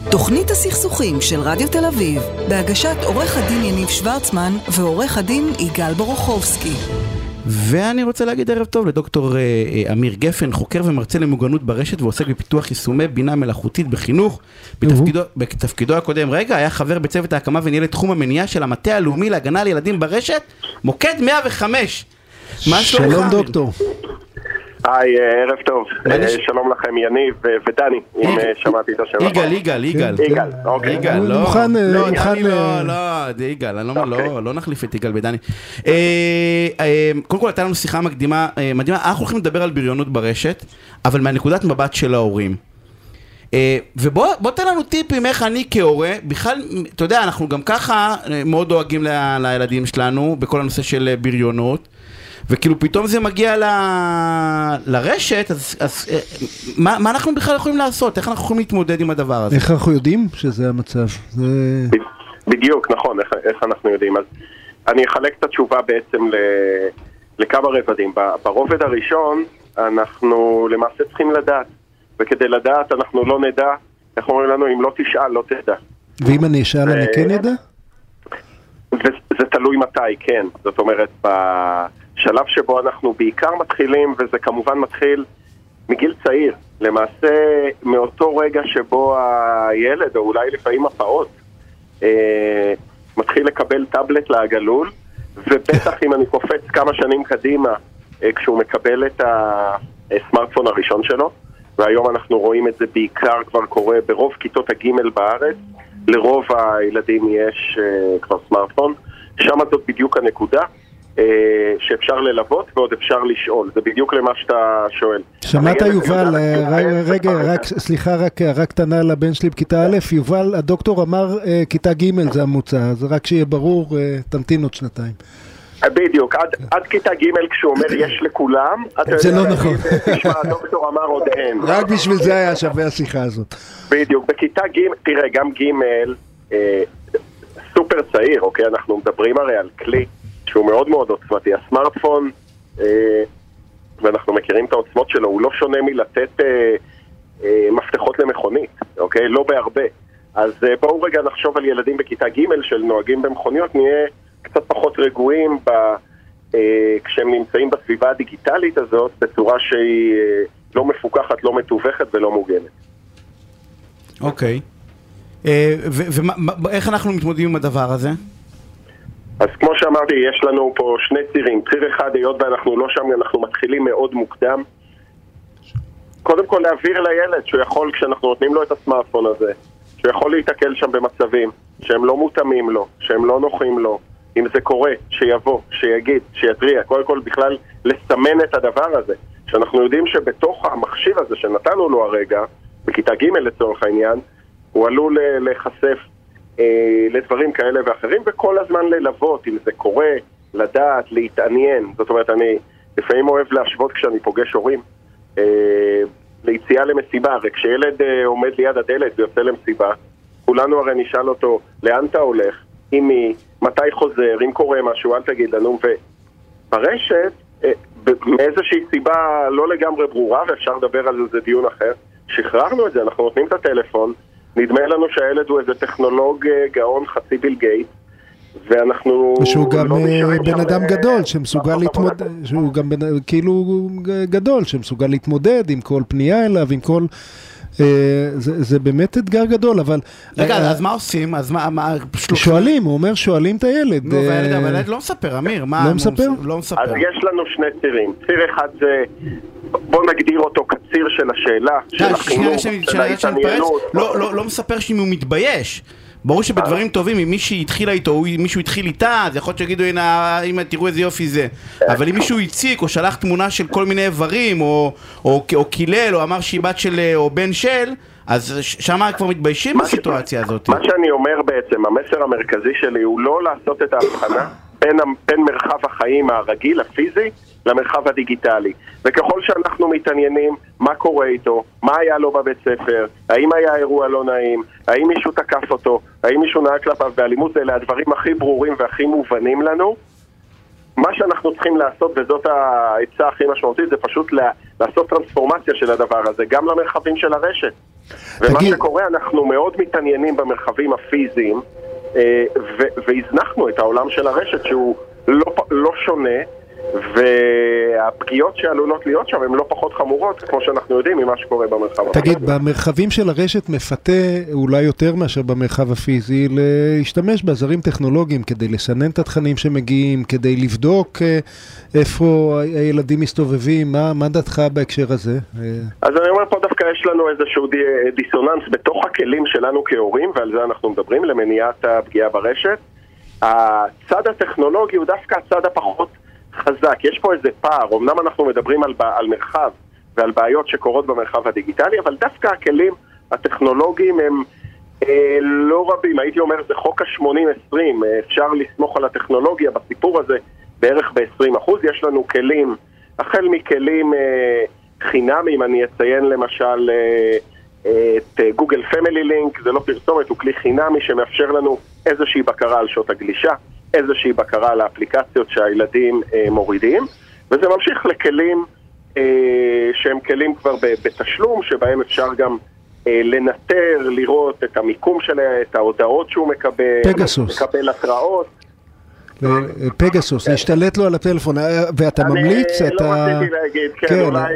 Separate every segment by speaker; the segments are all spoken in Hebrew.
Speaker 1: תוכנית הסכסוכים של רדיו תל אביב, בהגשת עורך הדין יניב שוורצמן ועורך הדין יגאל בורוכובסקי.
Speaker 2: ואני רוצה להגיד ערב טוב לדוקטור אמיר גפן, חוקר ומרצה למוגנות ברשת ועוסק בפיתוח יישומי בינה מלאכותית בחינוך. בתפקידו הקודם, היה חבר בצוות ההקמה וניהל את תחום המניעה של המטה הלאומי להגנה על ילדים ברשת, מוקד 105.
Speaker 3: שלום דוקטור.
Speaker 4: היי, ערב טוב. שלום לכם יניב ודני, אם שמעתי את השם.
Speaker 2: יגאל,
Speaker 4: אוקיי.
Speaker 2: יגאל, לא. יגאל, לא נחליף את יגאל ודני. קודם כל הייתה לנו שיחה מדהימה, אנחנו הולכים לדבר על בריונות ברשת, אבל מהנקודת מבט של ההורים. ובוא תן לנו טיפים איך אני כהורה, בכלל, אתה יודע, אנחנו גם ככה מאוד דואגים לילדים שלנו, בכל הנושא של בריונות, וכאילו פתאום זה מגיע לרשת, אז מה אנחנו בכלל יכולים לעשות? איך אנחנו יכולים להתמודד עם הדבר הזה?
Speaker 3: איך אנחנו יודעים שזה המצב?
Speaker 4: בדיוק, נכון, איך אנחנו יודעים. אז אני אחלק את התשובה בעצם לכמה רבדים. ברובד הראשון, אנחנו למעשה צריכים לדעת, וכדי לדעת אנחנו לא נדע, איך אומרים לנו, אם לא תשאל, לא תדע.
Speaker 3: ואם אני אשאל, אני כן ידע?
Speaker 4: זה תלוי מתי, כן. זאת אומרת, בשלב שבו אנחנו בעיקר מתחילים, וזה כמובן מתחיל מגיל צעיר, למעשה מאותו רגע שבו הילד, או אולי לפעמים הפעוט, מתחיל לקבל טאבלט לעגלול, ובטח אם אני קופץ כמה שנים קדימה, כשהוא מקבל את הסמארטפון הראשון שלו, והיום אנחנו רואים את זה בעיקר כבר קורה ברוב כיתות הג' בארץ, לרוב הילדים יש כבר סמארטפון, שם זאת בדיוק הנקודה, שאפשר ללוות ועוד אפשר לשאול, זה בדיוק למה שאתה שואל.
Speaker 3: שמעת יובל, רגע, סליחה, רק קטנה לבן שלי בכיתה א', יובל, הדוקטור אמר כיתה ג' זה המוצא, אז רק שיהיה ברור, תמתין עוד שנתיים.
Speaker 4: בדיוק, עד כיתה ג' כשהוא אומר יש לכולם,
Speaker 3: זה לא נכון.
Speaker 4: תשמע, הדוקטור אמר עוד אין.
Speaker 3: רק בשביל זה היה שווה השיחה הזאת.
Speaker 4: בדיוק, בכיתה ג', תראה, גם ג' סופר צעיר, אוקיי, אנחנו מדברים הרי על כלי שהוא מאוד מאוד עוצמתי, הסמארטפון, ואנחנו מכירים את העוצמות שלו, הוא לא שונה מלתת מפתחות למכונית, אוקיי? לא בהרבה. אז בואו רגע נחשוב על ילדים בכיתה ג' של נוהגים במכוניות, נהיה קצת פחות רגועים כשהם נמצאים בסביבה הדיגיטלית הזאת, בצורה שהיא לא מפוקחת, לא מתווכת ולא מוגנת.
Speaker 2: אוקיי. ואיך אנחנו מתמודדים עם הדבר הזה?
Speaker 4: אז כמו שאמרתי, יש לנו פה שני צירים. ציר אחד, היות ואנחנו לא שם, אנחנו מתחילים מאוד מוקדם. קודם כל להעביר לילד שהוא יכול, כשאנחנו נותנים לו את הסמארטפון הזה, שהוא יכול להתקל שם במצבים שהם לא מותאמים לו, שהם לא נוחים לו. אם זה קורה, שיבוא, שיגיד, שידריע, קודם כל בכלל לסמן את הדבר הזה. שאנחנו יודעים שבתוך המכשיר הזה שנתנו לו הרגע, בכיתה ג' לצורך העניין, הוא עלול להיחשף לדברים כאלה ואחרים, וכל הזמן ללוות, אם זה קורה, לדעת, להתעניין. זאת אומרת, אני לפעמים אוהב להשוות כשאני פוגש הורים, ליציאה למסיבה, וכשילד עומד ליד הדלת ויוצא למסיבה, כולנו הרי נשאל אותו, לאן אתה הולך? עם מי? מתי חוזר? אם קורה משהו, אל תגיד לנו. וברשת, מאיזושהי סיבה לא לגמרי ברורה, ואפשר לדבר על זה דיון אחר, שחררנו את זה, אנחנו נותנים את הטלפון, נדמה לנו שהילד הוא איזה טכנולוג גאון חצי ביל גייט, ואנחנו...
Speaker 3: ושהוא גם בן אדם גדול שמסוגל להתמודד, שהוא גם כאילו גדול שמסוגל להתמודד עם כל פנייה אליו, עם כל... זה באמת אתגר גדול, אבל...
Speaker 2: רגע, אז מה עושים? אז מה...
Speaker 3: שואלים, הוא אומר שואלים את הילד.
Speaker 2: נו, אבל הילד לא מספר, אמיר, מה...
Speaker 3: לא מספר?
Speaker 2: לא מספר.
Speaker 4: אז יש לנו שני צירים. ציר אחד זה... בוא נגדיר אותו כציר של השאלה, של החינוך, של ההתעניינות.
Speaker 2: לא מספר שאם הוא מתבייש. ברור שבדברים טובים, אם מישהו התחילה איתו, או מישהו התחיל איתה, אז יכול להיות שיגידו, הנה, תראו איזה יופי זה. אבל אם מישהו הציק, או שלח תמונה של כל מיני איברים, או קילל, או אמר שהיא בת של, או בן של, אז שמה כבר מתביישים בסיטואציה הזאת.
Speaker 4: מה שאני אומר בעצם, המסר המרכזי שלי, הוא לא לעשות את ההבחנה בין מרחב החיים הרגיל, הפיזי, למרחב הדיגיטלי. וככל שאנחנו מתעניינים מה קורה איתו, מה היה לו בבית ספר, האם היה אירוע לא נעים, האם מישהו תקף אותו, האם מישהו נהג כלפיו באלימות, אלה הדברים הכי ברורים והכי מובנים לנו. מה שאנחנו צריכים לעשות, וזאת העצה הכי משמעותית, זה פשוט לעשות טרנספורמציה של הדבר הזה, גם למרחבים של הרשת. ומה שקורה, אנחנו מאוד מתעניינים במרחבים הפיזיים, והזנחנו את העולם של הרשת שהוא לא שונה, והפגיעות שעלולות להיות שם הן לא פחות חמורות, כמו שאנחנו יודעים ממה שקורה במרחב הפיזי.
Speaker 3: תגיד, במרחבים של הרשת מפתה אולי יותר מאשר במרחב הפיזי להשתמש בעזרים טכנולוגיים כדי לסנן את התכנים שמגיעים, כדי לבדוק איפה הילדים מסתובבים, מה דעתך בהקשר הזה?
Speaker 4: אז אני אומר פה דווקא יש לנו איזשהו דיסוננס בתוך הכלים שלנו כהורים, ועל זה אנחנו מדברים, למניעת הפגיעה ברשת. הצד הטכנולוגי הוא דווקא הצד הפחות חזק. יש פה איזה פער, אמנם אנחנו מדברים על מרחב ועל בעיות שקורות במרחב הדיגיטלי, אבל דווקא הכלים הטכנולוגיים הם לא רבים. הייתי אומר, זה חוק ה-80-20, אפשר לסמוך על הטכנולוגיה בסיפור הזה בערך ב-20%. יש לנו כלים, החל מכלים חינמים, אני אציין למשל את גוגל פמילי לינק, זה לא פרסומת, הוא כלי חינמי שמאפשר לנו איזושהי בקרה על שעות הגלישה, איזושהי בקרה על האפליקציות שהילדים מורידים, וזה ממשיך לכלים שהם כלים כבר בתשלום, שבהם אפשר גם לנטר, לראות את המיקום שלהם, את ההודעות שהוא מקבל, מקבל התראות.
Speaker 3: פגסוס, להשתלט לו על הטלפון, ואתה ממליץ,
Speaker 4: אני לא רציתי להגיד, כן, אולי...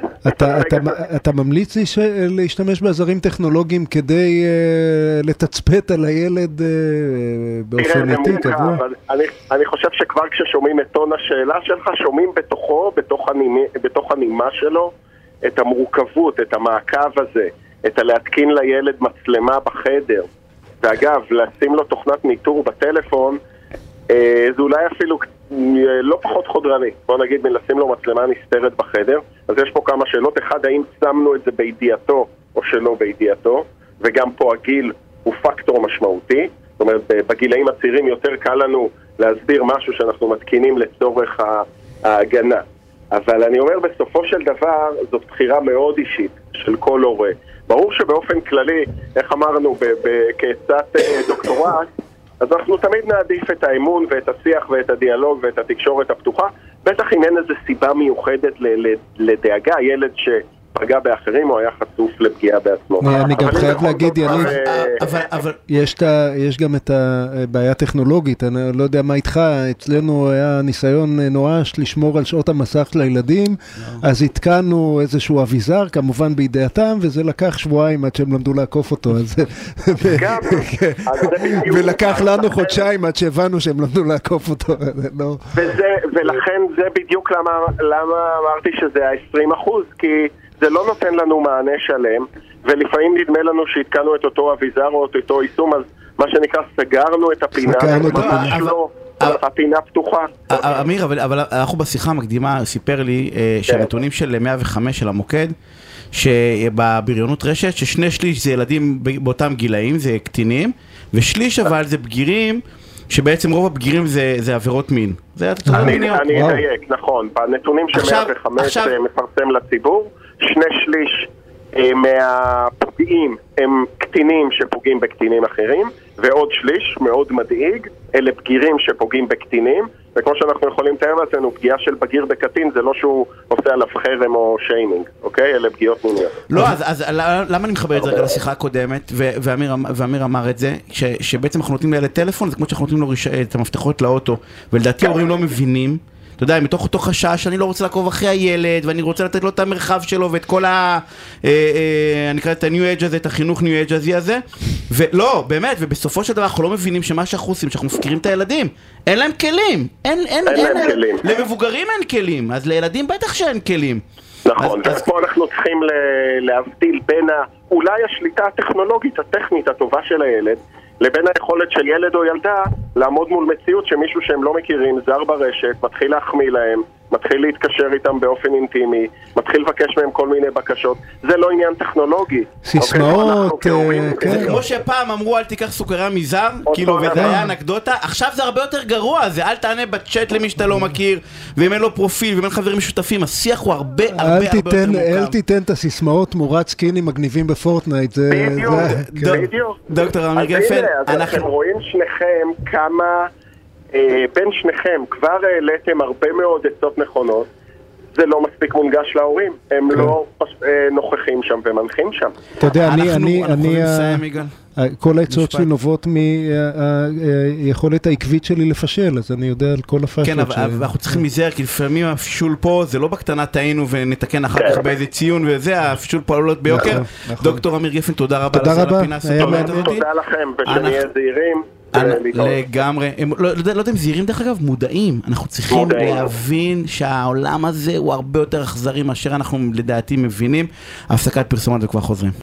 Speaker 3: אתה ממליץ להשתמש בעזרים טכנולוגיים כדי לתצפת על הילד באופן איטי, קבוע?
Speaker 4: אני חושב שכבר כששומעים את טון השאלה שלך, שומעים בתוכו, בתוך הנימה שלו, את המורכבות, את המעקב הזה, את להתקין לילד מצלמה בחדר, ואגב, לשים לו תוכנת ניטור בטלפון, זה אולי אפילו לא פחות חודרני. בוא נגיד, מלשים לו מצלמה נסתרת בחדר. אז יש פה כמה שאלות. אחד, האם שמנו את זה בידיעתו או שלא בידיעתו? וגם פה הגיל הוא פקטור משמעותי. זאת אומרת, בגילאים הצעירים יותר קל לנו להסביר משהו שאנחנו מתקינים לצורך ההגנה. אבל אני אומר, בסופו של דבר, זאת בחירה מאוד אישית של כל הורה. ברור שבאופן כללי, איך אמרנו, כעצת דוקטורט, אז אנחנו תמיד נעדיף את האמון ואת השיח ואת הדיאלוג ואת התקשורת הפתוחה, בטח אם אין איזו סיבה מיוחדת לדאגה, ילד שפגע באחרים או היה חשוף לפגיעה בעצמו.
Speaker 3: אני גם חייב להגיד, יניב, יש גם את הבעיה הטכנולוגית, אני לא יודע מה איתך, אצלנו היה ניסיון נואש לשמור על שעות המסך לילדים, אז התקנו איזשהו אביזר, כמובן בידיעתם, וזה לקח שבועיים עד שהם למדו לעקוף אותו, ולקח לנו חודשיים עד שהבנו שהם למדו לעקוף אותו.
Speaker 4: ולכן זה בדיוק למה אמרתי שזה ה-20%, כי זה לא נותן לנו מענה שלם, ולפעמים נדמה לנו שהתקנו את אותו אביזר או את אותו יישום, אז מה שנקרא סגרנו את הפינה, הפינה פתוחה.
Speaker 2: אמיר, אבל אנחנו בשיחה המקדימה, סיפר לי שהנתונים של 105 של המוקד, שבבריונות רשת, ששני שליש זה ילדים באותם גילאים, זה קטינים, ושליש אבל זה בגירים, שבעצם רוב הבגירים זה עבירות מין.
Speaker 4: אני אדייק, נכון. בנתונים של 105 מפרסם לציבור, 2/3 מהפוגעים הם קטינים שפוגעים בקטינים אחרים, ועוד שליש, מאוד מדאיג, אלה בגירים שפוגעים בקטינים, וכמו שאנחנו יכולים לתאר לעצמנו, פגיעה של בגיר בקטין זה לא שהוא עושה עליו חרם או שיימינג, אוקיי? אלה פגיעות מיניות.
Speaker 2: לא, אז למה אני מחבר את זה לשיחה הקודמת, ואמיר אמר את זה, שבעצם אנחנו נותנים לילד טלפון, זה כמו שאנחנו נותנים לו את המפתחות לאוטו, ולדעתי ההורים לא מבינים, אתה יודע, מתוך אותו חשש, אני לא רוצה לעקוב אחרי הילד, ואני רוצה לתת לו את המרחב שלו, ואת כל אני קרא את ה-New Age הזה, את החינוך New Age הזה, ולא, באמת, ובסופו של דבר אנחנו לא מבינים שמה שאנחנו עושים, שאנחנו מפקירים את הילדים, אין להם כלים, אין להם כלים. למבוגרים אין כלים, אז לילדים בטח שאין כלים.
Speaker 4: נכון, אז פה אנחנו צריכים להבדיל בין אולי השליטה הטכנולוגית, הטכנית, הטובה של הילד, לבין היכולת של ילד או ילדה לעמוד מול מציאות שמישהו שהם לא מכירים, זר ברשת, מתחיל להחמיא להם, מתחיל להתקשר איתם באופן אינטימי, מתחיל לבקש מהם כל מיני בקשות. זה לא עניין טכנולוגי.
Speaker 3: סיסמאות,
Speaker 2: כן. זה כמו שפעם אמרו אל תיקח סוכריה מזר, כאילו, וזה היה אנקדוטה, עכשיו זה הרבה יותר גרוע, זה אל תענה בצ'אט למי שאתה לא מכיר, ואם אין לו פרופיל, ואם אין חברים משותפים, השיח הוא הרבה יותר מורכב.
Speaker 3: אל תיתן את הסיסמאות תמורת סקינים מגניבים בפורטנייט.
Speaker 4: בדיוק.
Speaker 2: דוקטור אמיר גפן,
Speaker 4: אתם רואים שניכם כמה... בין שניכם כבר העליתם הרבה מאוד עצות נכונות זה לא מספיק מונגש להורים, הם לא נוכחים שם ומנחים שם.
Speaker 3: אתה יודע, אני
Speaker 2: נסיים, יגאל.
Speaker 3: כל העצות שלי נובעות מיכולת העקבית שלי לפשל, אז אני יודע על כל הפשלות.
Speaker 2: כן, אבל אנחנו צריכים להיזהר, כי לפעמים הפישול פה, זה לא בקטנה טעינו ונתקן אחר כך באיזה ציון וזה, הפישול פה עולות ביוקר. דוקטור אמיר גפן, תודה רבה.
Speaker 3: תודה רבה.
Speaker 4: תודה לכם, ושנהיה זהירים.
Speaker 2: לגמרי, לא יודע אם זהירים דרך אגב, מודעים, אנחנו צריכים להבין שהעולם הזה הוא הרבה יותר אכזרי מאשר אנחנו לדעתי מבינים. הפסקת פרסומות וכבר חוזרים.